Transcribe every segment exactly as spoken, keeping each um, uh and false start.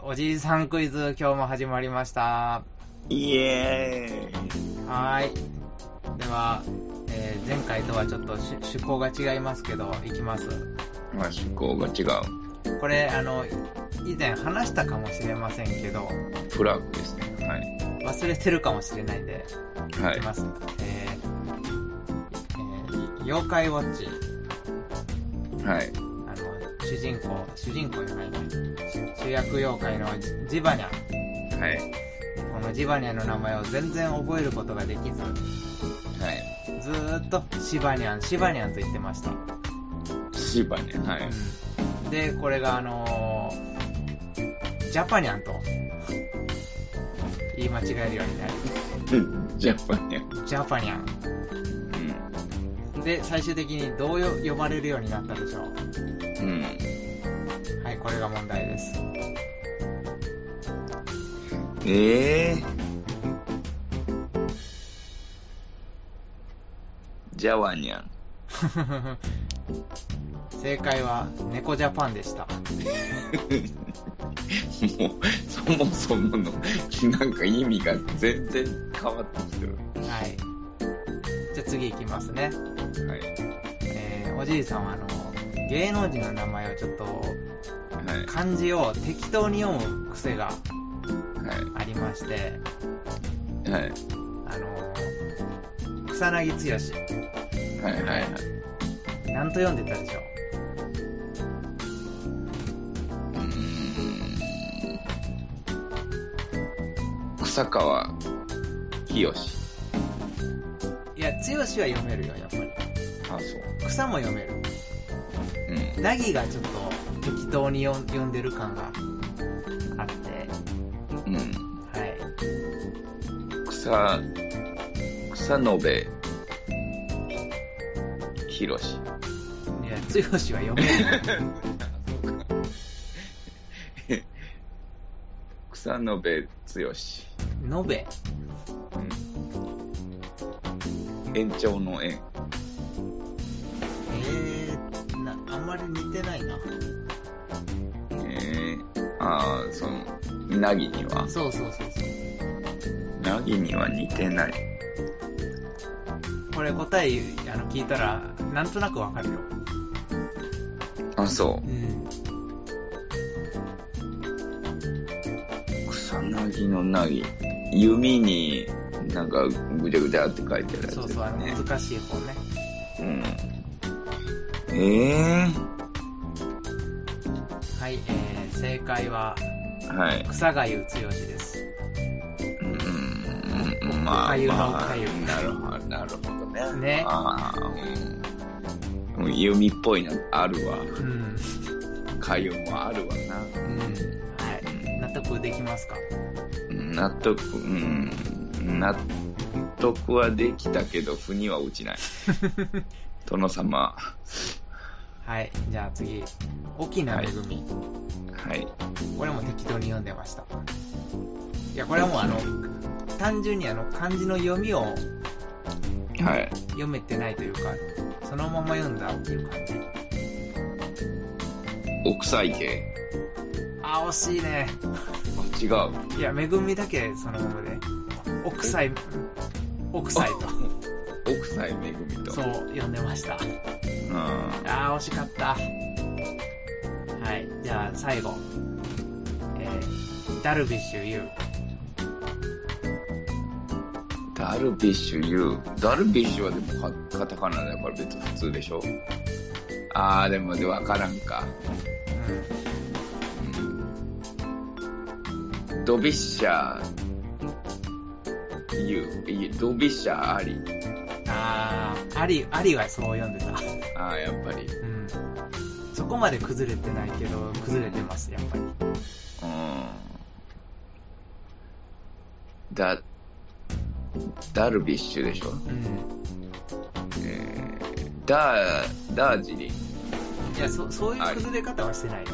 おじいさんクイズ、今日も始まりました。 イエーイ。 はーい。では、えー、前回とはちょっと趣向が違いますけど、いきます。 まあ、趣向が違う。 これ、あの、以前話したかもしれませんけど、 フラッグですね。はい。 忘れてるかもしれないんで、 はい。 いきます。えーえー、妖怪ウォッチ。 はい。 あの、主人公、主人公じゃないね。主役妖怪のジバニャン。 はい。 このジバニャンの名前を全然覚えることができず、 はい。 ずーっとシバニャン、シバニャンと言ってました。 シバニャン、はい。 うん、で、これがあのー、ジャパニャンと言い間違えるようになり。 ジャパニャン。ジャパニャン。うん。で、最終的にどう呼ばれるようになったでしょう。 うん。 はい、これが問題です。 えー。ジャワニャン。 正解は猫ジャパンでした。 もうそもそものなんか意味が全然変わってきてる。 はい。じゃあ次行きますね。はい。えー、おじいさんはあの芸能人の名前をちょっと、はい、漢字を適当に読む癖がありまして、はい。あの草薙剛。はいはいはい。何と読んでたでしょう。 草川清。いや、剛は読めるよ、やっぱり。 あ、そう。 草も読める。うん。なぎがちょっと適当に読んでる感があって。 うん。 はい。 草、草のべひろし。 いや、剛は読める。 草のべ剛。 のべ、 うん、延長の延。 えー、な、あんまり似てないな。 えー、あー、その、なぎにはそうそうそうそう。 なぎには似てない。 これ答えあの聞いたら、なんとなくわかるよ。 あ、そう。 うん。 草薙のなぎ。弓になんかぐちゃぐちゃって書いてあるやつ、ね。 そうそう、あの難しい方ね。 うん。えー。 はい、えー、正解は、 はい。 草がゆ剛です。 うん、まあ、 かゆのまあ、 かゆ。 なるほど、なるほどね。 ね。 ああ、うん。弓っぽいのあるわ。 うん。 かゆもあるわな。 うん。はい。納得できますか？ 納得、うん、納得はできたけど、腑には落ちない。殿様。 はい、じゃあ次。沖縄めぐみ。 はい。 これも適当に読んでました。いや、これはもうあの、単純にあの、漢字の読みを、はい。読めてないというか、そのまま読んだっていう感じ。 奥菜系。 あ、惜しいね。 違う。 いや、めぐみだけそのままで。奥菜、奥菜と。 奥菜めぐみと。 そう、読んでました。うん。あー、惜しかった。はい、じゃあ最後。えー、ダルビッシュ有。 ダルビッシュ有。ダルビッシュはでもカタカナだから別に普通でしょ。あー、でもでわからんか。うん。ドビッシャー、ユー、ドビッシャーあり。 あー、あり、ありはそう読んでた。 あー、やっぱり。 うん。そこまで崩れてないけど、崩れてます、やっぱり。うん。 だ、ダルビッシュでしょ。うん。 えー、ダー、ダージリン。 いや、そ、そういう崩れ方はしてないよ。うん。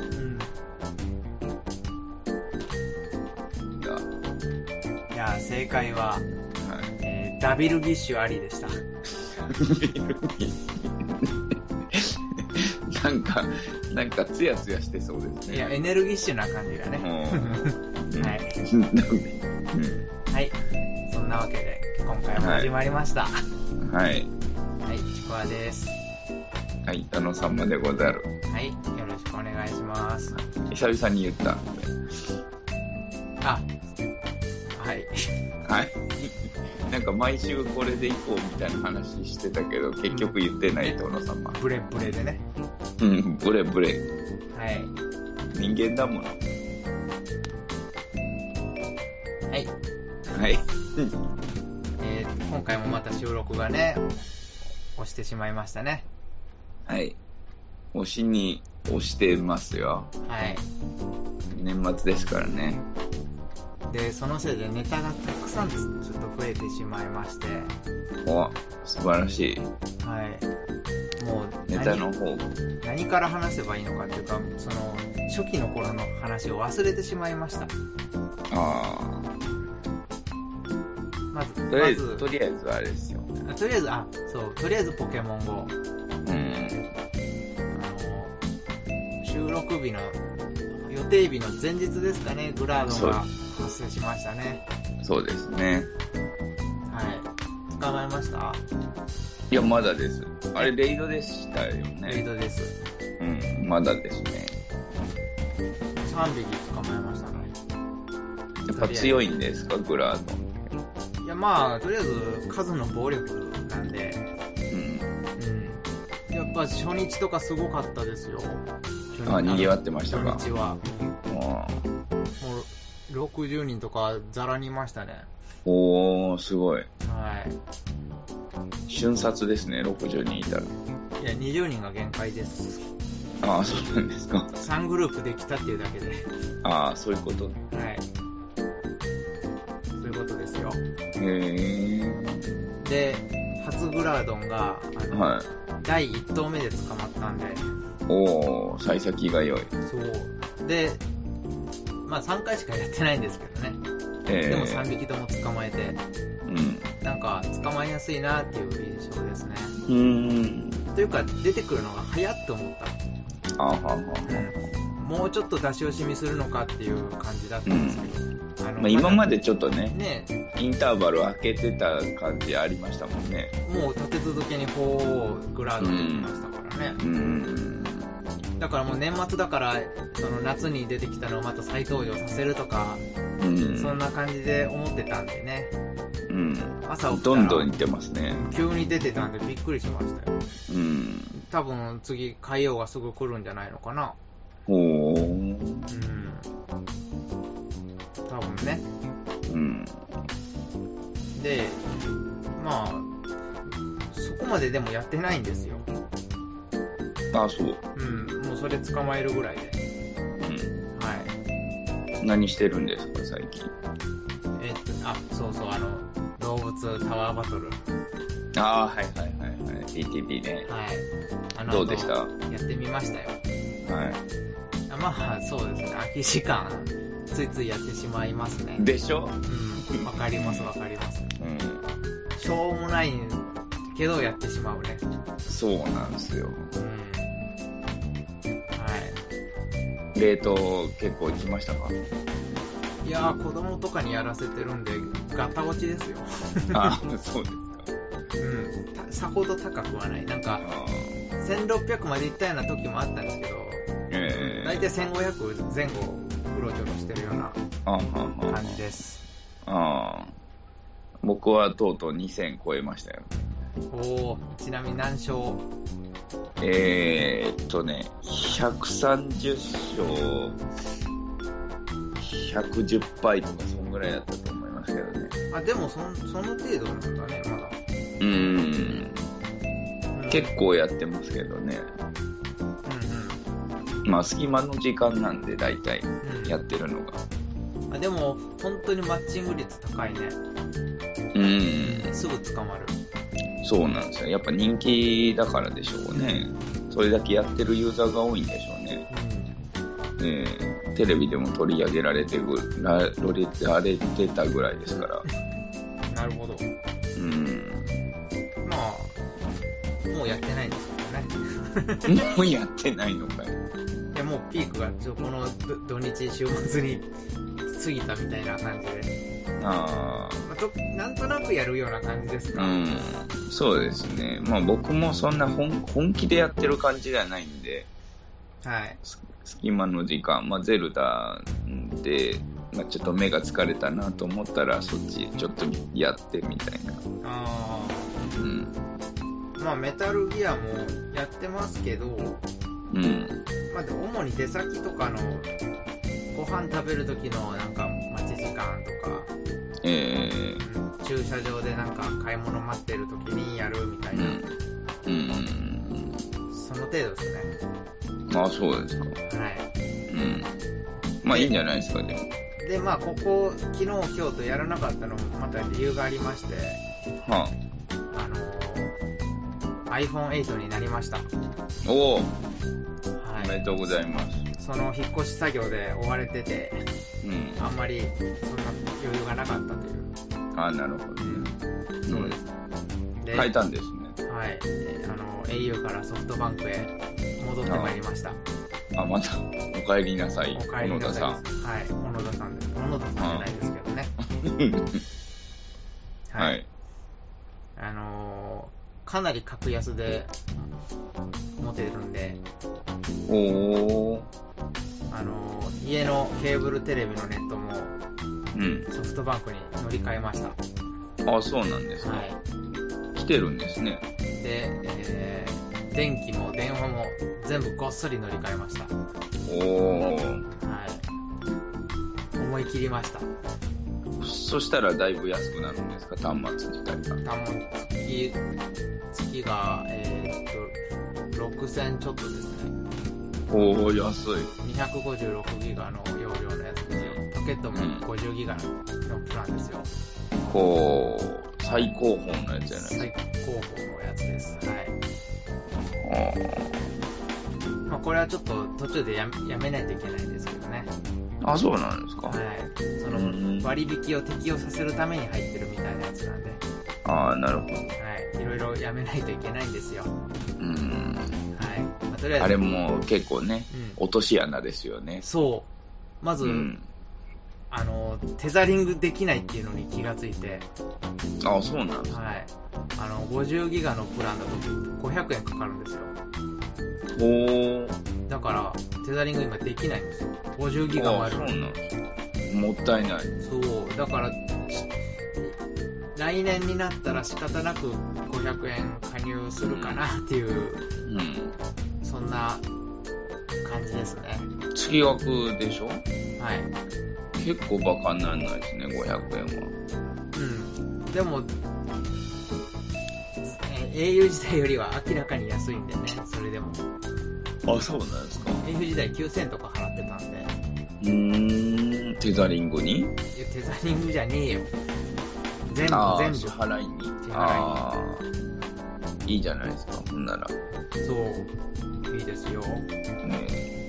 いや、正解は、はい、えー、ダビルギッシュありでした。 なんか、 なんかツヤツヤしてそうですね。 いや、エネルギッシュな感じがね。はい。うん、はい。そんなわけで、今回も始まりました。 はい。 はい、ちくわです。 はい、あのさんまでござる。 はい、よろしくお願いします。 久々に言ったんで。 あ、はい。 はい。なんか毎週これで行こうみたいな話してたけど、結局言ってないと、小野さんは。 ブレブレでね。 うん、ブレブレ。 はい。 人間だもの。はい 。 はい。 えー、今回もまた収録がね、押してしまいましたね。 はい。押しに押してますよ。 はい。 年末ですからね。 で、そのせいでネタがたくさんちょっと増えてしまいまして。 お、素晴らしい。 はい。もうネタの方何から話せばいいのかっていうか、その初期の頃の話を忘れてしまいました。 ああ。 まず、 とりあえず、まずとりあえずあれですよ。 とりあえず、あ、そう、とりあえずポケモン ゴー。 うん。 あの、収録日の予定日の前日ですかね、グラードが発生しましたね。 そうですね。 はい。捕まえました？ いや、まだです。あれ、レイドでしたよね。 レイドです。 うん、まだですね。 さんびき捕まえましたね。 やっぱ強いんですか、グラード。 いや、まあ、とりあえず数の暴力なんで、うん。うん。やっぱ初日とかすごかったですよ。 あ、賑わってましたか。 初日は。もう、ろくじゅうにんとかザラにいましたね。 おー、すごい。 はい。 瞬殺ですね、ろくじゅうにんいたら。いや、にじゅうにんが限界です。 ああ、そうなんですか。 さんグループできたっていうだけで。 ああ、そういうこと。はい。 そういうことですよ。 へー。 で、初グラードンが、あの、はい、だいいっ頭目で捕まったんで。 おー、幸先が良い。 そう。で、まあさんかいしかやってないんですけどね。えー、でもさんびきとも捕まえて。うん。なんか、捕まえやすいなっていう印象ですね。 うーん。 というか、出てくるのが早って思った。 あははは、うん、 もうちょっと出し惜しみするのかっていう感じだったんですけど。うん、 あのまあ、今までちょっとね、ね、インターバル開けてた感じありましたもんね。 もう立て続けにこう、グラードできましたからね。うん。うんだからもう年末だから、その夏に出てきたのをまた再登場させるとか、うん、そんな感じで思ってたんでね。 うん。朝起きたらどんどん似てますね。 急に出てたんでびっくりしましたよ。 うん。 多分次、海洋がすぐ来るんじゃないのかな。 ほー。うん。 多分ね。 うん。 で、まあ、そこまででもやってないんですよ。 ああ、そう。 うん。もうそれ捕まえるぐらいで。 うん。 はい。 何してるんですか、最近。 えっと、あ、そうそう、あの、動物タワーバトル。 ああ、はいはいはいはい。ティーティービー ね。 はい。 あのどうでした？ やってみましたよ。 はい。 あまあ、そうですね。空き時間、ついついやってしまいますね。 でしょ？ うん。わかりますわかります。 うん。 しょうもないけどやってしまうね。 そうなんですよ。うん。 はい。 冷凍結構行きましたか？ いやー、子供とかにやらせてるんで、ガタ落ちですよ。 ああ、そうですか。 うん。さほど高くはない。なんか、せんろっぴゃくまで行ったような時もあったんですけど、 えー、 だいたいせんごひゃくぜん後、うろちょろしてるような感じです。 ああ。僕はとうとうにせん超えましたよ。 おー、ちなみに何勝？ えーっとね、ひゃくさんじゅっ勝、ひゃくじゅっぱいとかそんぐらいだったと思いますけどね。 あ、でもそ、その程度なんだね、まだ。 うーん。うん、結構やってますけどね。うんうん。まあ、隙間の時間なんで、大体、やってるのが。 うん、あでも、本当にマッチング率高いね。 うーん。 すぐ捕まる。 そうなんですよ。やっぱ人気だからでしょうね。それだけやってるユーザーが多いんでしょうね。うん、えー、テレビでも取り上げられてぐられてたぐらいですから。 なるほど。 うん。 まあ、もうやってないんですけどね。 ね。 もうやってないのかよ。 いや、もうピークがちょこの土日週末に過ぎたみたいな感じで。 ああ、 まあ、となんとなくやるような感じですか。 うん、そうですね。まあ僕もそんな 本, 本気でやってる感じではないんで、 はい。 隙間の時間、まあゼルダで、まあ、ちょっと目が疲れたなと思ったらそっちちょっとやってみたいな。 ああ。 うん。 まあメタルギアもやってますけど、 うん。 まあでも主に出先とかのご飯食べる時のなんか待ち時間とか、 えーうん、駐車場でなんか買い物待ってる時にやるみたいな、うん、 うん、 その程度ですね。 まあそうですか。 はい。 うん。まあいいんじゃないですか、でも。 で、まあここ昨日今日とやらなかったのもまた理由がありまして、 はあ、あのー、アイフォンエイト になりました。 おお、はい、おめででとうございます。その引っ越し作業で追われてて、うん、あんまりそんな余裕がなかったという。 ああ、なるほどね。 そうです。で、 変えたんですね。 はい。あの エーユー からソフトバンクへ戻ってまいりました。 あ、またお帰りなさい。 お帰りなさい。 小野田さん。 はい、小野田さんです。小野田さんじゃないですけどね。はい。はい、あのー、かなり格安で持てるんで。 おー。 あのー、家のケーブルテレビのネットも、 うん、 ソフトバンクに乗り換えました。 ああ、そうなんですね。はい。来てるんですね。 で、えー、電気も電話も全部ごっそり乗り換えました。 おー。はい。 思い切りました。 そしたらだいぶ安くなるんですか、端末自体が。 端末月、月が、えー、っと、ろくせんちょっとですね。 おー、安い。 にひゃくごじゅうろくギガの容量のやつですよ。パケットもごじゅうギガのプランですよ。 こう、最高峰のやつじゃないですか。 最高峰のやつです。はい。 あまあこれはちょっと途中でややめないといけないんですけどね。 あ、そうなんですか。 はい。その割引を適用させるために入ってるみたいなやつなんで。 ああ、なるほど。はい。 いろいろやめないといけないんですよ。 うん。 はい。まあ、とりあえず。 あれも結構ね、うん、落とし穴ですよね。 そう。まず、うん、あの、テザリングできないっていうのに気がついて。 ああ、そうなんですか。 はい。あの、ごじゅうギガのプランだとごひゃくえんかかるんですよ。 おー。 だから、テザリング今できないんですよ。ごじゅうギガもあるのに。 そうなんですか。もったいない。 そう。だから、来年になったら仕方なくごひゃくえん加入するかなっていう、うん、そんな感じですね。 月額でしょ？はい。結構バカにならないですね、ごひゃくえんは。 うん。でも、えー、エーユー 時代よりは明らかに安いんでね、それでも。 あ、そうなんですか。 エーユー 時代きゅうせんとか払ってたんで。 うーん、テザリングに？いや、 テザリングじゃねえよ。全部、全部。 支払いに。 支払いに。 あいいじゃないですか、ほんなら。 そう。いいですよ。ね、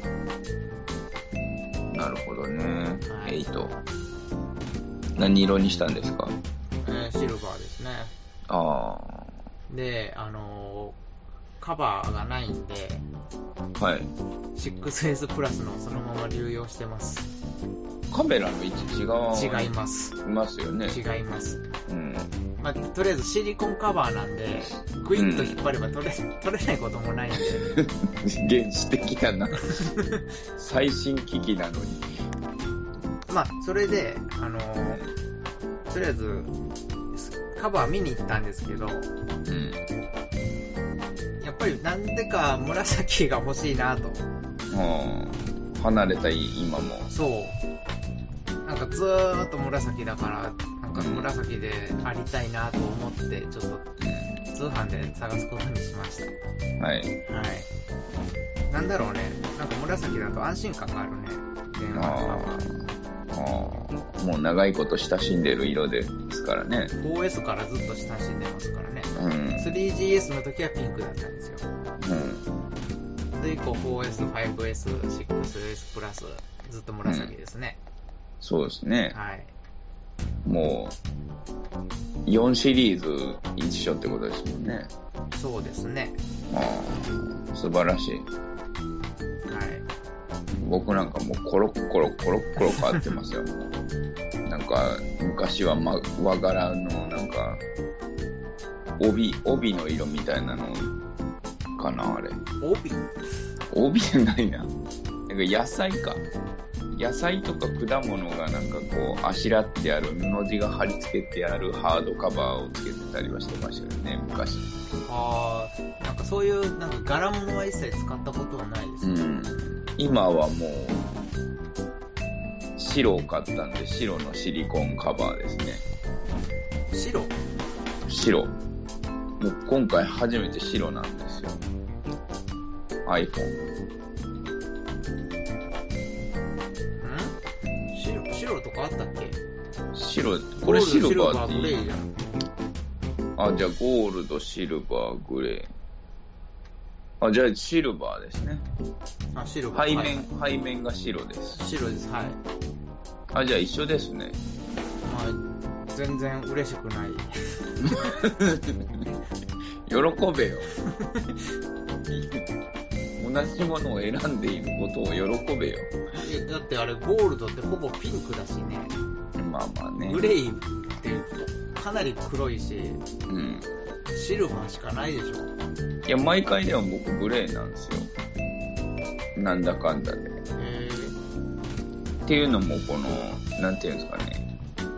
なるほどね。はい、エイト。何色にしたんですか？ えー、シルバーですね。 ああ。 で、あのー、カバーがないんで、 はい。 シックスエス プラスのそのまま流用してます。 カメラの位置違う。 違います。 いますよね。 違います。 うん。 まあ、とりあえずシリコンカバーなんで、グイッと引っ張れば取れ、うん、取れないこともないんで。 原始的だな。最新機器なのに。 まあ、それで、あのー、とりあえず、カバー見に行ったんですけど、うん、やっぱりなんでか紫が欲しいなと。 はあ、離れた今も。 そう。なんかずーっと紫だから、なんか紫でありたいなと思って、ちょっと通販で探すことにしました。 はい。はい。 なんだろうね、なんか紫だと安心感があるね、電話とかは。 ああ、もう長いこと親しんでる色ですからね。 フォーエス からずっと親しんでますからね。 うん。 スリージーエス の時はピンクだったんですよ。うん。それ以降 フォーエス、ファイブエス、シックスエス プラス、ずっと紫ですね。 うん、そうですね。 はい。 もよんシリーズ一緒ってことですもんね。 そうですね。 ああ、素晴らしい。 はい。 僕なんかもうコロッコロコロッコロ変わってますよ。なんか昔は、ま、和柄のなんか帯帯の色みたいなのかな、あれ。 帯？ 帯じゃないな。なんか野菜か。野菜とか果物がなんかこうあしらってある布地が貼り付けてあるハードカバーをつけてたりはしてましたよね、昔。 ああ、なんかそういうなんか柄物は一切使ったことはないですね。うん。 今はもう白を買ったんで白のシリコンカバーですね。 白？ 白。もう今回初めて白なんですよ。iPhone。 白とかあったっけ？ 白、これシルバーっていい？ ゴールド、シルバー、グレーじゃん。 あ、じゃあゴールド、シルバー、グレー。あ、じゃあシルバーですね。 あ、シルバー。 背面、はい、背面が白です。 白です、はい。 あ、じゃあ一緒ですね。 まあ、全然嬉しくない。 喜べよ。同じものを選んでいることを喜べよ。 だってあれゴールドってほぼピンクだしね。 まあまあね。 グレーってかなり黒いし、うん、シルバーしかないでしょ。 いや、毎回では僕グレーなんですよ。なんだかんだで。へー。っていうのもこのなんていうんですかね。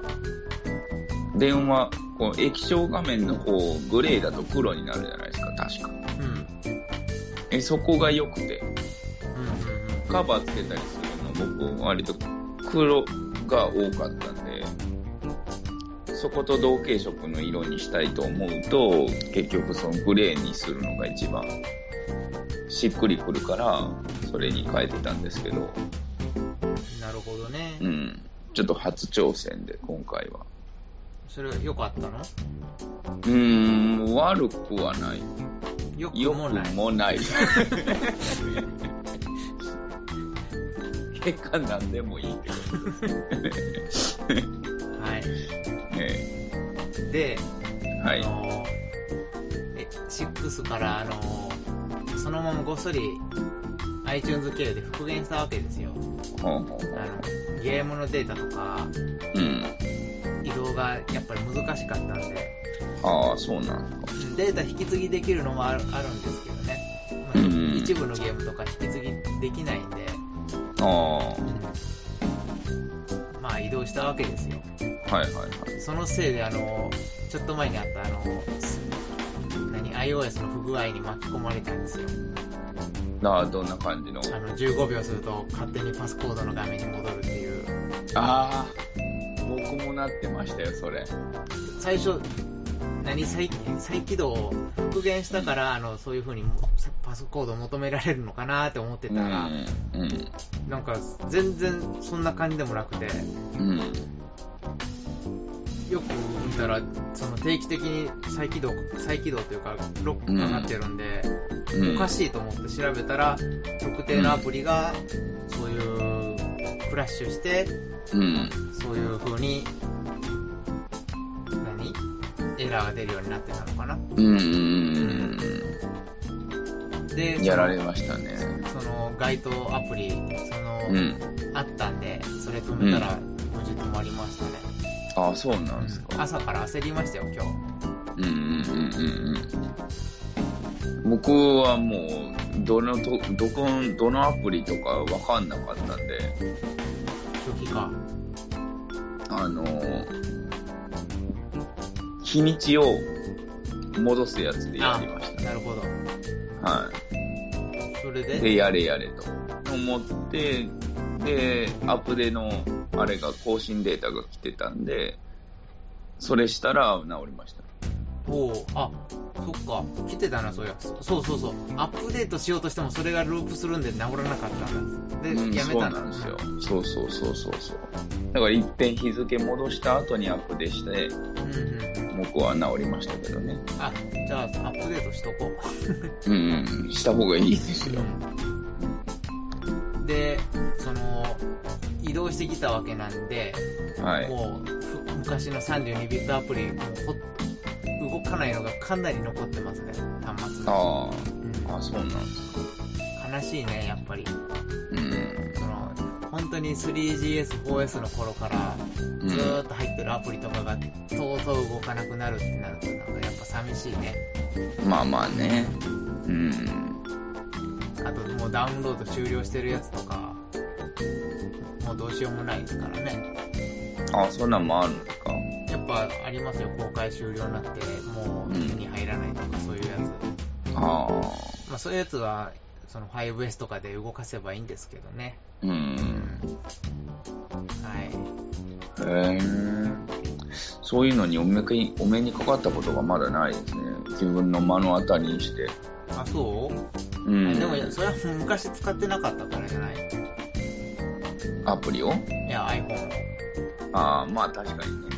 電話こう液晶画面の方グレーだと黒になるじゃないですか、確か。うん。えそこが良くて、うんうんうん、カバーつけたりするの僕割と黒が多かったんで、そこと同系色の色にしたいと思うと結局そのグレーにするのが一番しっくりくるからそれに変えてたんですけど。 なるほどね。 うん。ちょっと初挑戦で今回は。 それは良かったの？ うーん、悪くはない。 よくもない。よくもない。 結果なんでもいいってことですね。 はい。 えー、で、 はい、 あのえシックスからあのそのままごっそり iTunes 経由で復元したわけですよ。 ほうほうほう。 あのゲームのデータとか、うん、移動がやっぱり難しかったんで。 ああ、そうなんですか。 データ引き継ぎできるのもある、あるんですけどね、まあうん、一部のゲームとか引き継ぎできないんで、 あ、 うん、まあ移動したわけですよ。 はいはいはい。 そのせいであのちょっと前にあったあの何 iOS の不具合に巻き込まれたんですよ。 ああ、どんな感じの？ あのじゅうごびょうすると勝手にパスコードの画面に戻るっていう。 ああ、僕もなってましたよそれ。 最初何 再, 再起動を復元したから、あのそういう風にパスコードを求められるのかなって思ってたら、うんうん、なんか全然そんな感じでもなくて、うん、よく見たらその定期的に再起動再起動というかロックかかってるんで、うん、おかしいと思って調べたら特定のアプリがそういうクラッシュして、うん、そういう風にエラーが出るようになってたのかな。うんうんうん。で、 やられましたね。 その該当アプリ、その、うん、あったんで、それ止めたら無事止まりましたね。 うん、ああ、そうなんですか。 朝から焦りましたよ、今日。 うんうんうんうん。僕はもう、どのと、どこ、どのアプリとかわかんなかったんで。 初期か。 あのー、日にちを戻すやつでやりました。 なるほど。 はい。 それでで、やれやれと思って、で、アップデのあれが更新データが来てたんで、それしたら治りました。 おお、あ、そっか、来てたな、そういや。そうそうそう。アップデートしようとしてもそれがループするんで治らなかったんだ。で、うん、やめたんだ。 そうなんですよ。そうそうそうそうそう。だから一遍日付戻した後にアップデして、うんうん、僕は治りましたけどね。 あ、じゃあアップデートしとこう。うんうん、した方がいいですよ。 うん、で、その移移動してきたわけなんで、はい、もう昔のさんじゅうにビットアプリもう動かないのがかなり残ってますね、端末に。 あ、うん、あ、そうなんですか。 悲しいね、やっぱり。うん。その本当に スリージーエス、フォーエス の頃からずーっと入ってるアプリとかがとうとう動かなくなるってなるとなんかやっぱ寂しいね。 まあまあね。うん。 あともうダウンロード終了してるやつとかもうどうしようもないですからね。 あ、そんなんもあるんですか？ やっぱありますよ、公開終了になってもう手に入らないとか、うん、そういうやつ。ああ。まあそういうやつはその ファイブエス とかで動かせばいいんですけどね。うん。うん、 はい。へえ。そういうのにお目に、お目にかかったことがまだないですね。自分の目の当たりにして。 あ、そう？うん。でもそれは昔使ってなかったからじゃない？ アプリを？いや、iPhone を。 ああ、まあ確かにね。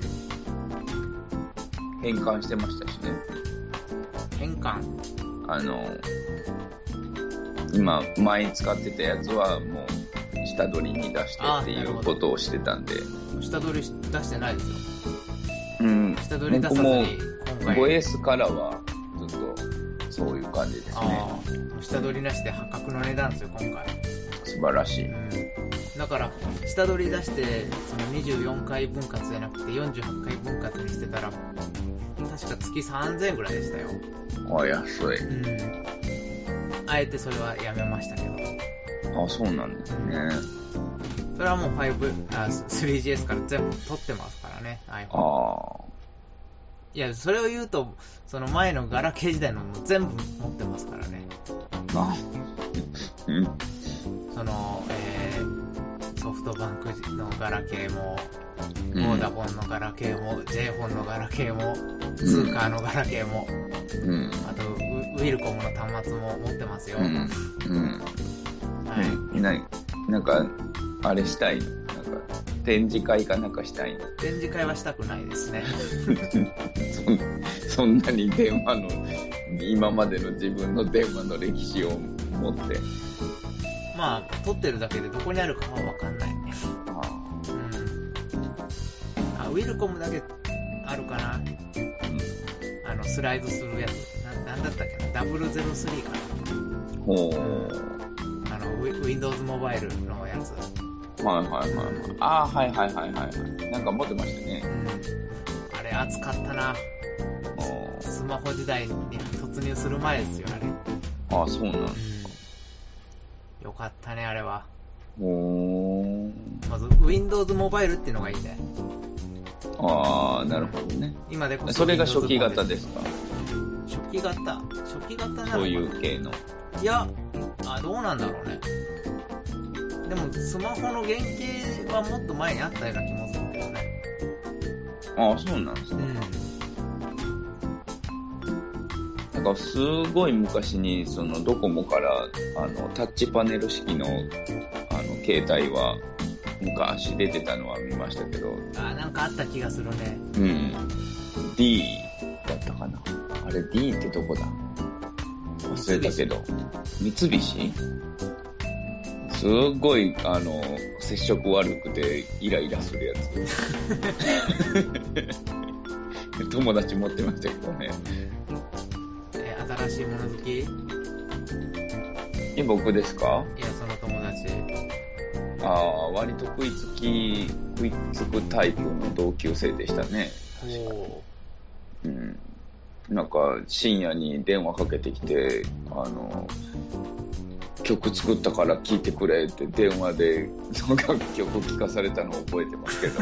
うん。変換してましたしね。 変換？ あの、今、前使ってたやつはもう下取りに出してっていうことをしてたんで。 下取り出してないですよ。 うん。 下取り出さずに今回。フォーエス からはずっとそういう感じですね。ああ、下取りなしで破格の値段ですよ、今回。 素晴らしい。うん、 だから、下取り出して、そのにじゅうよんかい分割じゃなくてよんじゅうはちかい分割にしてたら、確か月さんぜんえんぐらいでしたよ。 あ、安い。 うん。あえてそれはやめましたけど。 あ、そうなんですね。 それはもう5あ スリージーエス から全部取ってますからね、iPhone。ああ。いや、それを言うと、その前のガラケー時代のも全部持ってますからね。あうん。その、えー、ソフトバンクのガラケーも、ボーダフォンのガラケーも、J フォンのガラケーも、ツーカーのガラケーも、うん、あとウィルコムの端末も持ってますよ。うん。うん。 はい。な、なんか、あれしたいの？なんか、展示会かなんかしたいの？ 展示会はしたくないですね。 そ, そんなに電話の、今までの自分の電話の歴史を持って。 まあ、撮ってるだけでどこにあるかはわかんないね。ああ。うん。あ、ウィルコムだけあるかな。うん。あの、スライドするやつ。な、なんだったっけな。ダブルゼロスリーかな。ほう。あの、Windows モバイルのやつ。 はいはいはい。ああ、はいはいはいはい。なんか持ってましたね。 うん。あれ熱かったな。スマホ時代に突入する前ですよ、あれ。 ああ、そうなんですか。 うん、よかったね、あれは。 おー。 まず、Windows モバイルっていうのがいいね。 ああ、なるほどね。 今でこそ。 それが初期型ですか？ 初期型初期型なの？ そういう系の。 いや、あ、どうなんだろうね。でも、スマホの原型はもっと前にあったような気もするけどね。 ああ、そうなんですね。うん。なんか、すごい昔に、その、ドコモから、あの、タッチパネル式の、あの、携帯は、昔出てたのは見ましたけど。 ああ、なんかあった気がするね。 うん。D だったかな。あれ D ってどこだ？忘れたけど。三菱？すっごい、あの、接触悪くてイライラするやつ。友達持ってましたけどね。 え、新しいもの好き？ え、僕ですか？ いや、その友達。 ああ、割と食いつき、食いつくタイプの同級生でしたね。おー。うん。なんか、深夜に電話かけてきて、あの、曲作ったから聴いてくれって電話でその楽曲聴かされたのを覚えてますけ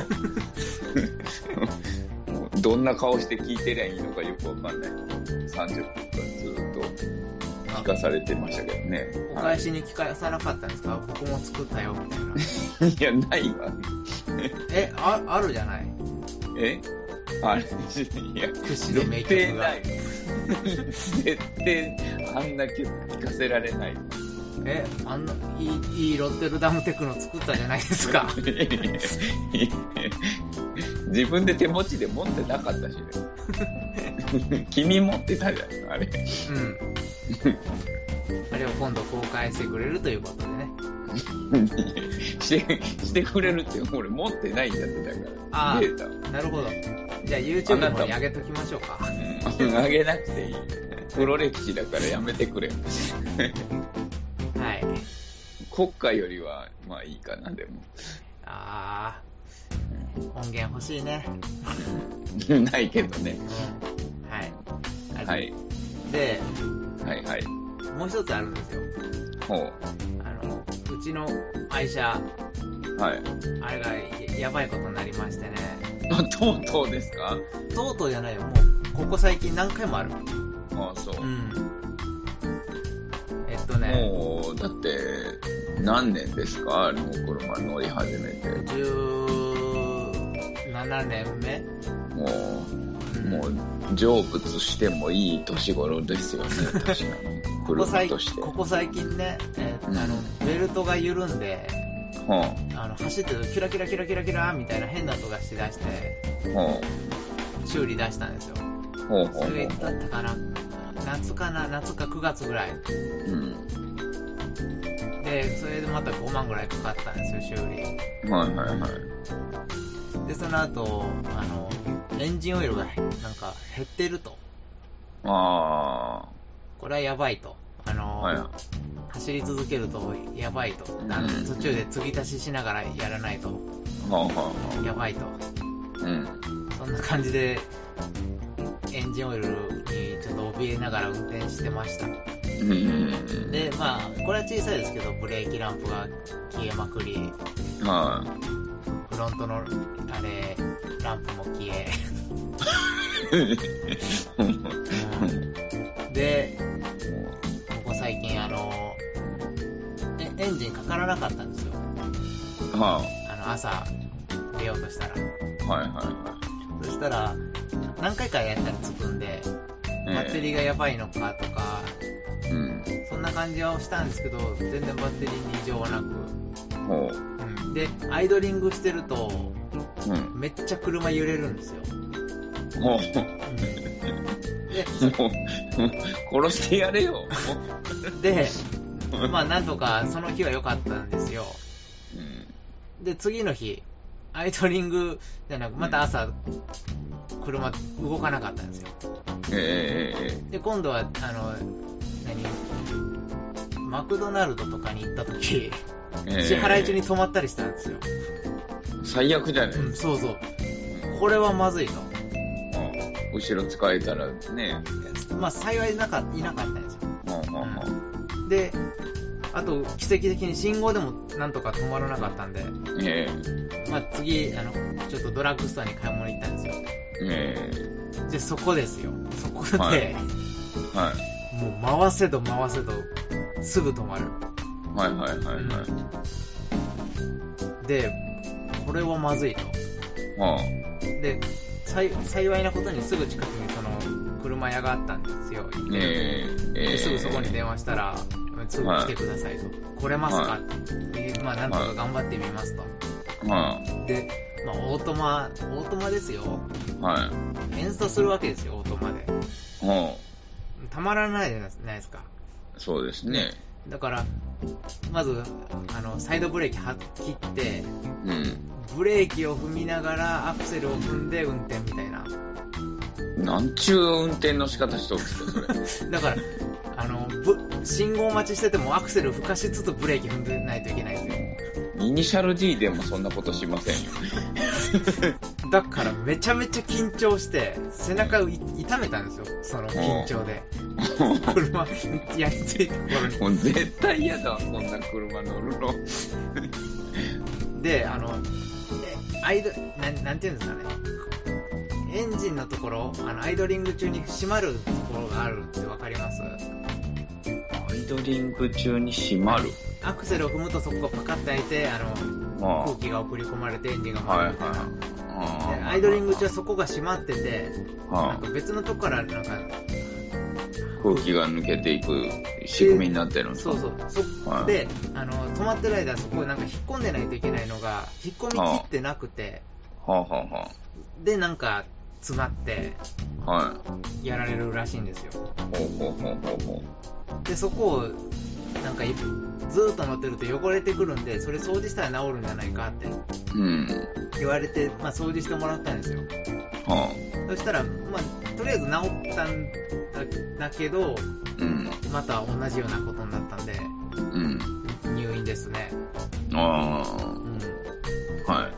どどんな顔して聴いてりゃいいのかよくわかんない。さんじゅっぷんかんずっと聴かされてましたけどね。 お返しに聞かさなかったんですか？はい、僕も作ったよみたいな。 いや、ないわ。 え、あ、あるじゃない。 えあれ、いや、 屈指の名曲が。 絶対あんな曲聴かせられない。 え、あんな、いい、いいロッテルダムテクノ作ったじゃないですか。 自分で手持ちで持ってなかったしね。君持ってたじゃん、あれ。うん。 あれを今度公開してくれるということでね。 してしてくれるって俺持ってないんだってだからあデータなるほど。じゃあ YouTube に上げときましょうか。 うん、上げなくていい。黒歴史だからやめてくれ。 はい。 国家よりはまあいいかな。でもあー音源欲しいね。 ないけどね、 うん、はい、 はい、で、はいはい、 もう一つあるんですよ。 ほう。 あのうちの愛車、 はい、 あれが や, やばいことになりましてね。 とうとうですか？ とうとうじゃないよ、もうここ最近何回もある。 ああ、そう。 うん。えっとね。 もうだって何年ですか？あの車乗り始めて。 じゅうななねんめ。 もう、うん、もう成仏してもいい年頃ですよね。確かに。車として。 ここ最近ね、えーうん、あのベルトが緩んで。はあ、あの走ってるとキラキラキラキラキラみたいな変な音がしだして、はあ、修理出したんですよ。はあ、それだったかな、夏かな、夏かくがつぐらい、うん、でそれでまたごまんぐらいかかったんですよ、修理。はいはいはい。でその後あのエンジンオイルがなんか減ってると。ああ、これはやばいと。あの、はい、走り続けるとやばいと、うん、あの途中で継ぎ足ししながらやらないと、うん、やばいと、うん、そんな感じでエンジンオイルにちょっと怯えながら運転してました。うん、でまあこれは小さいですけどブレーキランプが消えまくり、うん、フロントのあれランプも消え、うん、で最近あのえエンジンかからなかったんですよ。はあ、あの朝出ようとしたら、はいはいはい。そしたら何回かやったらつくんで、バッテリーがやばいのかとか、えー、うん、そんな感じはしたんですけど、全然バッテリーに異常はなく、ほう、うん、でアイドリングしてると、うん、めっちゃ車揺れるんですよ。ほう、うん、 でもう殺してやれよ。 で、まあなんとかその日は良かったんですよ。うん、で次の日アイドリングじゃなくまた朝、うん、車動かなかったんですよ。えー、で今度はあの何マクドナルドとかに行った時、えー、支払い中に止まったりしたんですよ。 最悪じゃない、 うん、そうそう、これはまずいと。 後ろ使えたらね、 まあ幸いなかいなかったんですよ。うん、であと奇跡的に信号でもなんとか止まらなかったんで、えーまあ、次あのちょっとドラッグストアに買い物行ったんですよ。えー、でそこですよ、そこで、はいはい、もう回せど回せどすぐ止まる。はいはいはいはい、うん、でこれはまずいと、はあ、で幸いなことにすぐ近くにその車屋があったんですよ。えー、ですぐそこに電話したら、すぐ来てくださいと、はい、来れますか、はい、でまあなんとか頑張ってみますと、はい、で、まあ、オートマオートマですよ、はい、エンストするわけですよ、オートマで、はい、たまらないじゃないですか。 そうですね。 だからまずあのサイドブレーキは切って、うん、ブレーキを踏みながらアクセルを踏んで運転みたいな。 なんちゅう運転の仕方しとるんですかそれ。 だからあの信号待ちしててもアクセルを吹かしつつブレーキ踏んでないといけないですよ。 イニシャル D でもそんなことしませんよ。 だからめちゃめちゃ緊張して背中を痛めたんですよ、その緊張で。車やりついた頃に。 もう絶対嫌だわ、こんな車乗るの。 で、あのアイドな、なんていうんですかね、エンジンのところ、あのアイドリング中に閉まるところがあるって分かります？ アイドリング中に閉まる？ アクセルを踏むとそこがパカッと開いて、あの、空気が送り込まれてエンジンが回るみたいな、はいはい、アイドリング中はそこが閉まってて、はい、なんか別のとこからなんか空気が抜けていく仕組みになってるんですか？そうそう、そ、はい、であの止まってる間そこなんか引っ込んでないといけないのが引っ込み切ってなくて、はあはあはあ、でなんか詰まってやられるらしいんですよ。ほうほうほうほうほう。でそこをなんかずーっと乗ってると汚れてくるんで、それ掃除したら治るんじゃないかって言われて、まあ、掃除してもらったんですよ。はあ、そしたら、まあ、とりあえず治ったん だ, だけど、うん、また同じようなことになったんで、うん、入院ですね。ああ、うん、はい。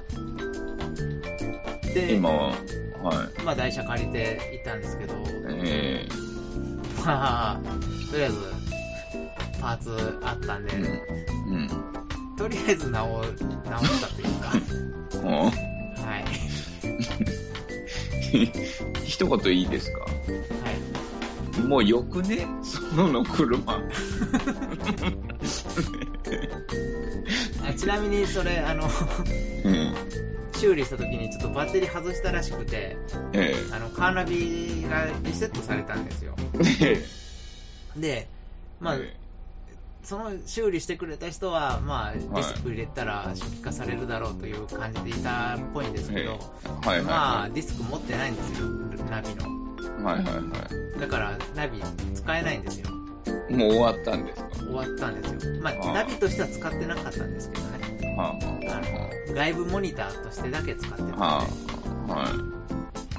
で、今は、はい。まあ、台車借りて行ったんですけど、えー、まあ、とりあえず、パーツあったんで、うんうん、とりあえず直、直したというか、はい。 一言いいですか？はい。もうよくね、その車。 あ、ちなみにそれ、あの、うん、修理した時にちょっとバッテリー外したらしくて、ええ、あのカーナビがリセットされたんですよ。で、まあ、ええ、その修理してくれた人は、まあ、ディスク入れたら初期化されるだろうという感じでいたっぽいんですけど、はいはいはい、まあ、ディスク持ってないんですよ、ナビの。はいはいはい。だから、ナビ使えないんですよ。 もう終わったんですか？ 終わったんですよ。まあ、ナビとしては使ってなかったんですけどね。はあ、あの外部モニターとしてだけ使ってたんで、はあはい、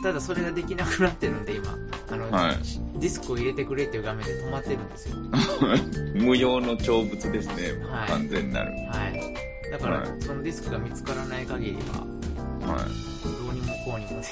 ただそれができなくなってるんで今あの、はい、ディスクを入れてくれっていう画面で止まってるんですよ。 無用の長物ですね、はい、完全なる。 はい。だから、はい、そのディスクが見つからない限りは、はい、どうにもこうにもです。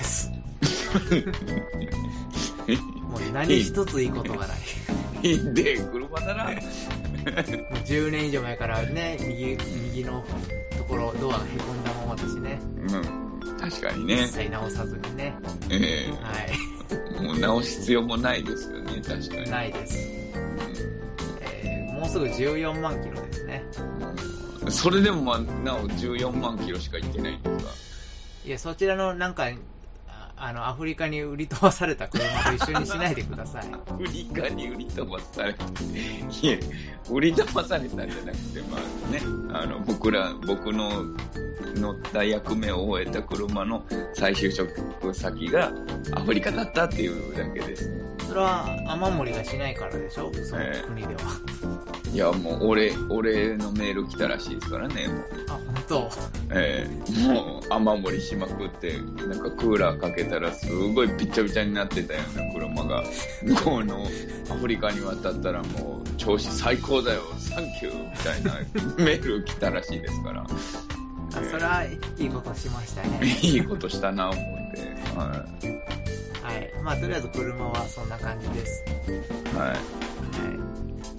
もう何一ついいことがない。 で、車だな。もうじゅうねん以上前からね、右、右のところ、ドアがへこんだままだしね。 うん。確かにね。 一切直さずにね。 ええー。はい。もう直す必要もないですよね、確かに。 ないです。うんえー、もうすぐじゅうよんまんキロですね。 うん、それでもまあ、なおじゅうよんまんキロしか行ってないんですか？ いや、そちらのなんか、あのアフリカに売り飛ばされた車と一緒にしないでください。 アフリカに売り飛ばされた。いえ、売り飛ばされたんじゃなくて、まあね、あの僕ら、僕の乗った役目を終えた車の再就職先がアフリカだったっていうだけです。 それは雨漏りがしないからでしょ、その国では。 えー、いや、もう俺、俺のメール来たらしいですからね、もう。 あ、本当。 ええー、もう雨漏りしまくって、なんかクーラーかけたらすごいびっちゃびちゃになってたような車が、向こうのアフリカに渡ったらもう調子最高だよ、サンキューみたいなメール来たらしいですから。 あ、それはいいことしましたね。 いいことしたな、思って。はい。 はい。まあ、とりあえず車はそんな感じです。はい。はい。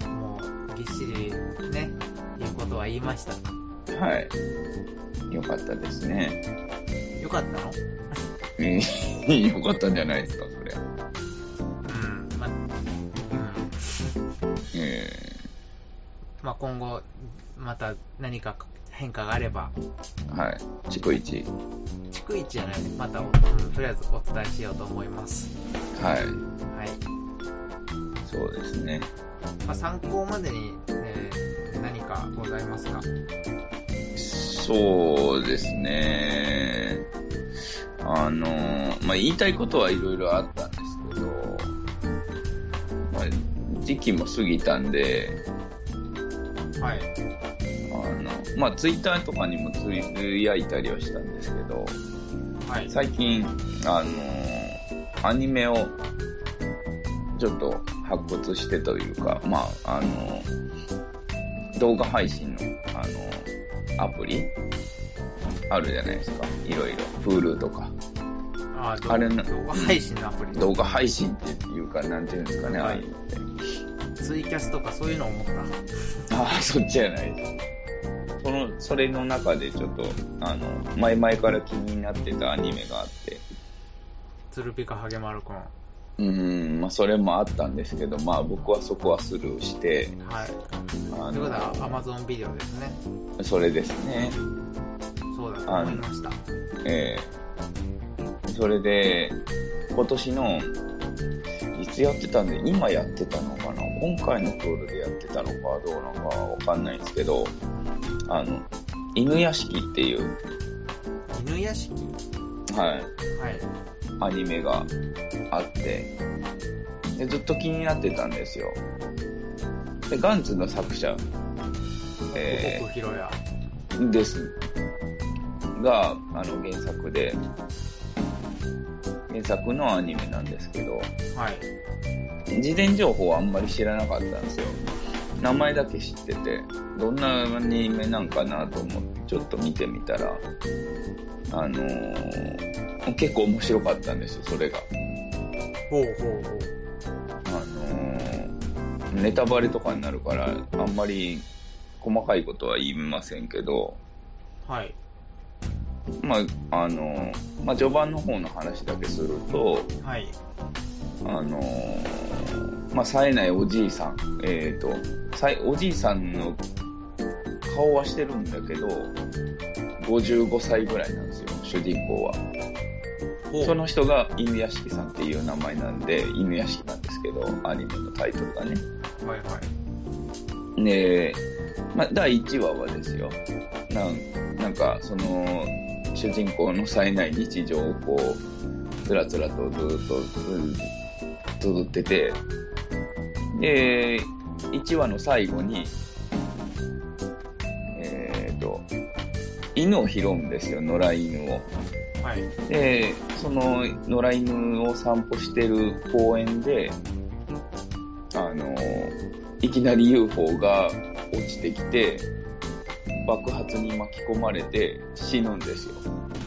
もう、ぎっしりね、言うことは言いました。 はい。よかったですね。 よかったの？ えー、よかったんじゃないですか、それ。 うん。まあ、うん。えー、まあ、今後、また何か変化があれば。 はい。逐一。 逐一じゃない、また、とりあえずお伝えしようと思います。 はい。はい。そうですね。 まあ、参考までに、えー、何かございますか？ そうですね。あの、まあ、言いたいことはいろいろあったんですけど、まあ、時期も過ぎたんで、はい。あの、まあ、ツイッターとかにもつぶやいたりはしたんですけど、はい、最近、あの、アニメをちょっと発掘してというか、まあ、あの、動画配信の、あの、アプリあるじゃないですか。いろいろ。Hulu とか。 ああ、あれの動画配信のアプリ、 うん、動画配信っていうか、なんていうんですかね、はい、ああいうのって。 ツイキャスとかそういうのを思った。 ああ、そっちじゃないです。その、それの中でちょっと、あの、前々から気になってたアニメがあって。 ツルピカハゲマルくん。 うーん、まあそれもあったんですけど、まあ僕はそこはスルーして。 はい。あのということは Amazon ビデオですね。 それですね。 そうだと思いました。 ええー、それで、今年の、いつやってたんで、今やってたのかな、今回のクールでやってたのかどうなのかわかんないんですけど、あの、犬屋敷っていう。 犬屋敷？ はい。 はい。 アニメがあってでずっと気になってたんですよ。 でガンツの作者、 えー、広谷ですがあの原作で原作のアニメなんですけど、 はい、 事前情報はあんまり知らなかったんですよ。名前だけ知っててどんなアニメなんかなと思ってちょっと見てみたらあのー、結構面白かったんですよそれが。 ほうほうほう。 あのー、ネタバレとかになるからあんまり細かいことは言いませんけど、 はい。 まああのー、まあ序盤の方の話だけすると、 はい。 あのー、まあ冴えないおじいさん、えーと、おじいさんの顔はしてるんだけどごじゅうごさいぐらいなんですよ主人公は。その人が犬屋敷さんっていう名前なんで犬屋敷なんですけどアニメのタイトルがね。 はいはい。 で、まあ、だいいちわはですよなんなんかその主人公の冴えない日常をこうつらつらとずっと綴ってて、でいちわの最後にえーと犬を拾うんですよ、野良犬を。 はい、 でその野良犬を散歩してる公園であのいきなり ユーフォー が落ちてきて爆発に巻き込まれて死ぬんですよ。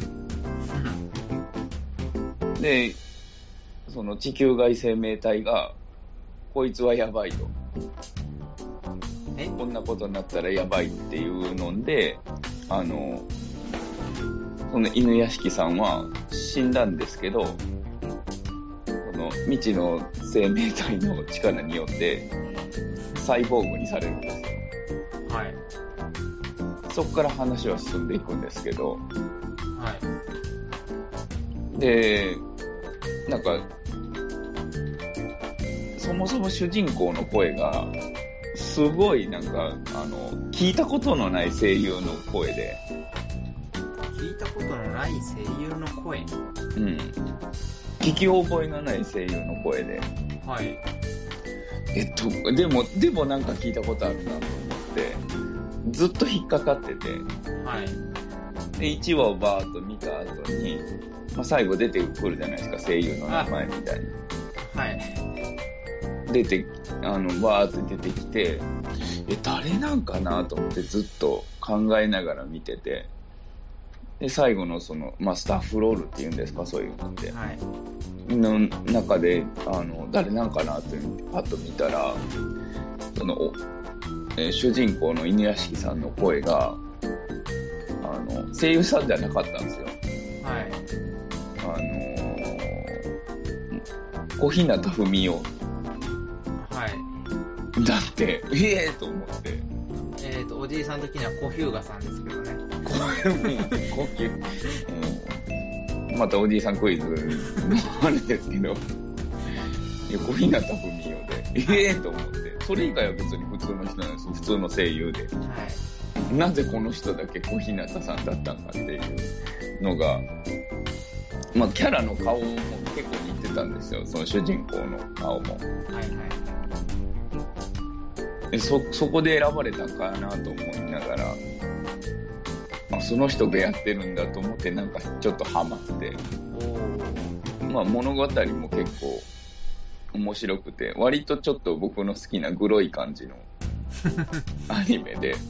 でその地球外生命体がこいつはやばいと、 えこんなことになったらやばいっていうのであのその犬屋敷さんは死んだんですけど、この未知の生命体の力によってサイボーグにされるんですよ。 はい。 そこから話は進んでいくんですけど、 はい。 で、なんかそもそも主人公の声がすごいなんかあの聞いたことのない声優の声で。 聞いたことのない声優の声。うん。 聞き覚えのない声優の声で。 はい。 えっと、でも、でもなんか聞いたことあるなと思って、ずっと引っかかってて。 はい。 で、いちわをバーッと見た後に、まあ、最後出てくるじゃないですか、声優の名前みたいな。 はい。 出て、あの、バーッと出てきて、え、誰なんかなと思ってずっと考えながら見てて、で最後のその、まあ、スタッフロールっていうんですかそういうのって、 はい、 の中であの誰なんかなってパッと見たらその、えー、主人公の犬屋敷さんの声があの声優さんじゃなかったんですよ。 はい。 あのー、小日向文世。 はい。 だってええー、と思って。 えっ、ー、とおじいさん的には小日向さんですけどね。 これも高級、うん、またおじいさんクイズのあれですけど、いや小日向文世で、ええー、と思って、それ以外は別に普通の人なんですよ、普通の声優で、はい、なぜこの人だけ小日向さんだったんかっていうのが、まあキャラの顔も結構似てたんですよ、その主人公の顔も。はいはい。そそこで選ばれたかなと思いながら。まあ、その人がやってるんだと思ってなんかちょっとハマって、まあ、物語も結構面白くて割とちょっと僕の好きなグロい感じのアニメで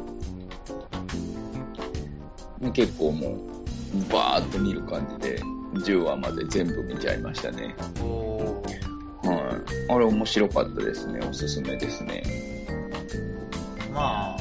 結構もうバーッと見る感じでじゅうわまで全部見ちゃいましたね。はい、あれ面白かったですね。おすすめですね。 まあ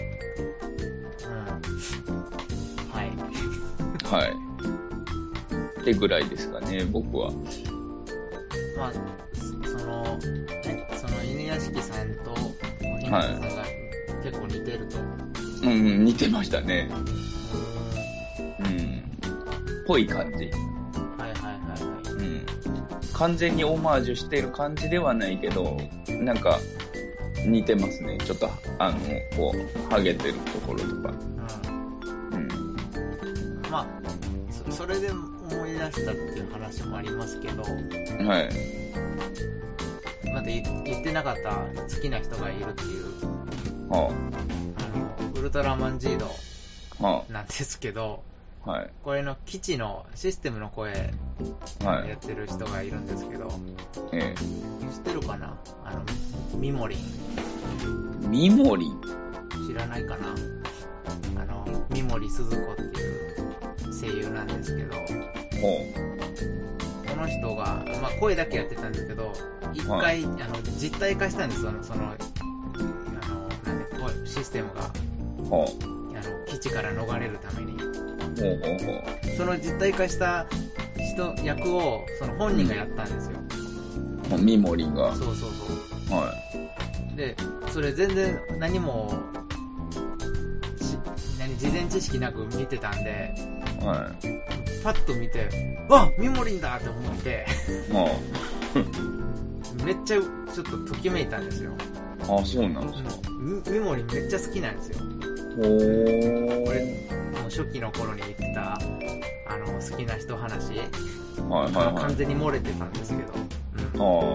はい。ってぐらいですかね、僕は。 まあ、その、ね、その犬屋敷さんと小日向さんが結構似てると。 はい、うん、似てましたね。うん。ぽい感じ。 はいはいはいはい。 うん。完全にオマージュしてる感じではないけど、なんか似てますね。ちょっと、あの、こう、ハゲてるところとか。 まあ、そ, それで思い出したっていう話もありますけど、 はい。 また言ってなかった好きな人がいるっていう、 はあのウルトラマンジードはなんですけど、 はい。 これの基地のシステムの声はい。 やってる人がいるんですけど、 え知ってるかな、あのミモリン。 え。ミモリン。 知らないかな。あの三森すず子っていう声優なんですけど、 ほう。 この人が、まあ、声だけやってたんですけど、一回、はい、あの実体化したんです。そのそのあのなんでこうシステムが、 ほう、 あの基地から逃れるために、 ほうほうほう、 その実体化した人役をその本人がやったんですよ。 うん、ミモリンが。 そうそうそう。はい。で、それ全然何も何事前知識なく見てたんで、はい、パッと見て、あ、ミモリンだって思って、めっちゃちょっとときめいたんですよ。 あ、そうなんですか。 ミモリンめっちゃ好きなんですよ。 おー。 これもう初期の頃に言ってたあの好きな人話、はいはいはい、完全に漏れてたんですけど、うん、あ、はい、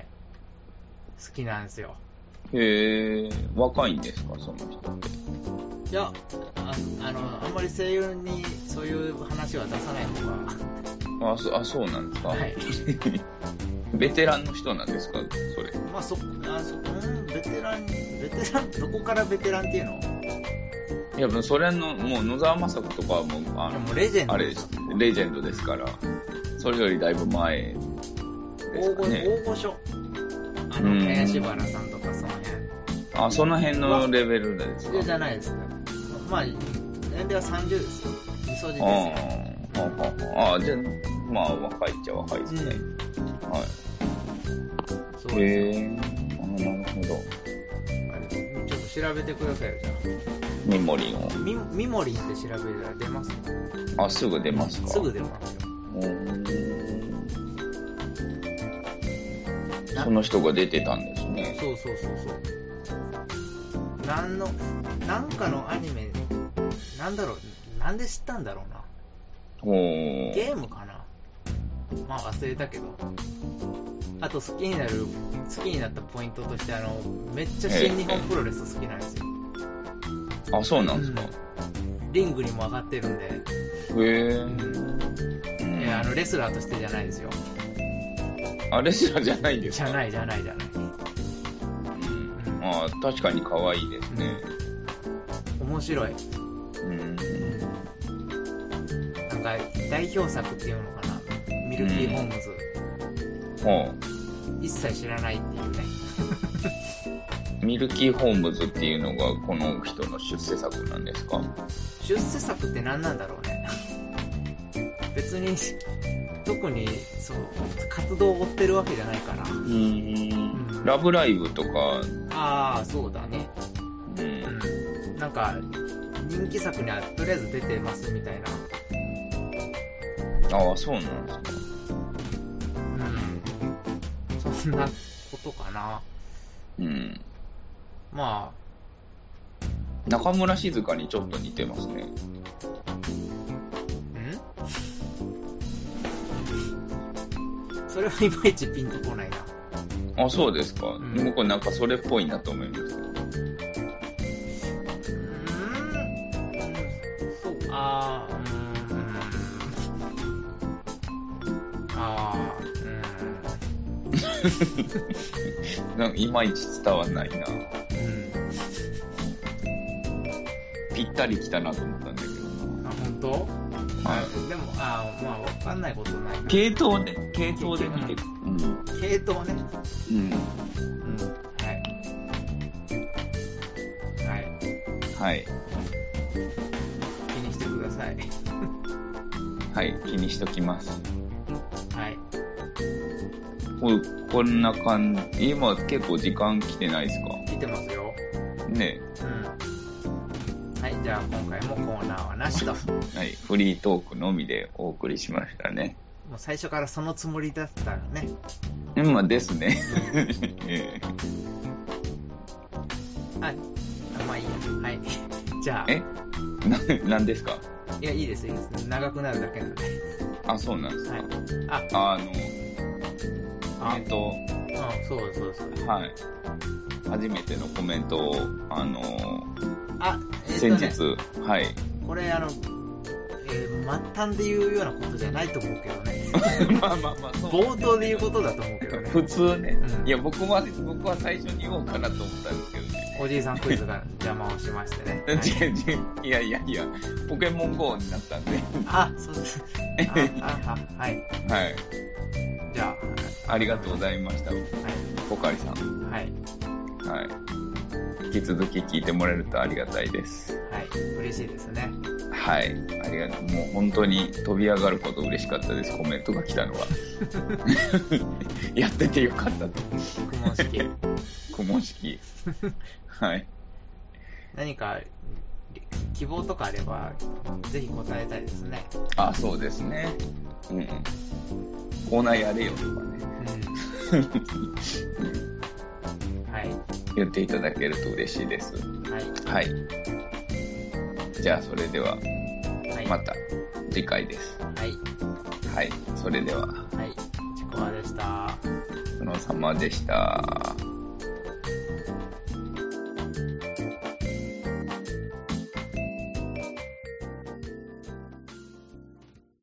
好きなんですよ。 へえ、若いんですか、その人って。 いや、あ, あのあんまり声優にそういう話は出さない方が。 あ、そ, あそうなんですか。 はい。 ベテランの人なんですか、それ。 まあそ、あそうんベテランベテランどこからベテランっていうの？ いや、それのもう野沢雅子とかはもうあのもうレジェンドあれレジェンドですから、それよりだいぶ前ですかね。 大御所。あの林原さんとかその辺。 あ、その辺のレベルですか。 じゃないですね。まあ年齢はさんじゅうですよ。みそじですよ。 ああ、じゃあまあ若いっちゃ若いですね。うん、はい。 そうです。 へえ、あ、なるほど。 ちょっと調べてくださいよ、じゃあ。 ミモリンを。 ミミモリンって調べたら出ますか？ あ、すぐ出ますか？ すぐ出ますよ。うーん、 その人が出てたんですね。 そうそうそうそう。なんの、なんかのアニメ、なんだろう、なんで知ったんだろうな。 おー。 ゲームかな。まあ忘れたけど。あと好きになる、好きになったポイントとして、あの、めっちゃ新日本プロレス好きなんですよ。 えー、あ、そうなんですか、 うん。リングにも上がってるんで。 へー。 うん、いや、あの、レスラーとしてじゃないですよ。 あ、レスラーじゃないんですか？ じゃないじゃないじゃない。 うん、あ、確かに可愛いですね。 うん、面白い。うん。なんか代表作っていうのかな。ミルキーホームズ。うん、一切知らないっていうね。 ミルキーホームズっていうのがこの人の出世作なんですか？ 出世作って何なんだろうね。別に特にそう活動を追ってるわけじゃないから。うーん、うん、ラブライブとか。 ああ、そうだね。うん、うん、なんか人気作にはとりあえず出てますみたいな。ああ、そうなんですか。 うん、そんなことかな。うん。まあ中村静香にちょっと似てますね。 それはいまいちピンとこないな。 あ、そうですか。うん、でもこれなんかそれっぽいなと思いますけど。うーん、 そう、あー、うーん、あー、うん。なんかいまいち伝わんないな。うん。ぴったりきたなと思ったんだけどな。 あ、本当？はい、でも、あまあ、わかんないことないな。 系統で、系統で見てる。 うん。系統ね。うん。うん。はい。はい。 はい。 気にしてください。 はい、気にしときます。 はい。 こ, こんな感じ、今結構時間来てないですか？ 来てますよ。 ねえ。うん。 はい、じゃあ今回もコーナーはなしと。 はい、フリートークのみでお送りしましたね。 もう最初からそのつもりだったのね。 うん、まあですね。えー、あ、まあいいや。はい。じゃあ。 えな、なんですか？ いや、いいです、いいです。長くなるだけなんで。 あ、そうなんですか。 はい、 あ、あの、 コメントを、 うん、そうそうそう。 はい。初めてのコメントを、あのー、 あ、えーとね、 先日、はい。 これ、あの、えー、末端で言うようなことじゃないと思うけどね。 まあまあまあ、そう。 冒頭で言うことだと思うけどね。 普通ね。 うん、 いや、僕は、僕は最初に言おうかなと思ったんですけどね。 おじいさんクイズが邪魔をしましてね。 はい、いやいやいや、ポケモン ゴー になったんで。 あ、そうです。あ、あ、あ、はい。 はい。 じゃあ、ありがとうございました。はい。ポカリさん。 はい。 はい。引き続き聞いてもらえるとありがたいです。 はい。嬉しいですね。 はい。ありがとう。もう本当に飛び上がること嬉しかったです。コメントが来たのは。やっててよかったと。 苦問式。 苦問式。はい。 何か希望とかあれば、ぜひ答えたいですね。 あ、そうですね。うん。コーナーやれよとかね。うん。はい。言っていただけると嬉しいです。 はい。 はい。じゃあ、それでは、また次回です。 はい。 はい。それでは。 はい。ちくわでした。 その様でした。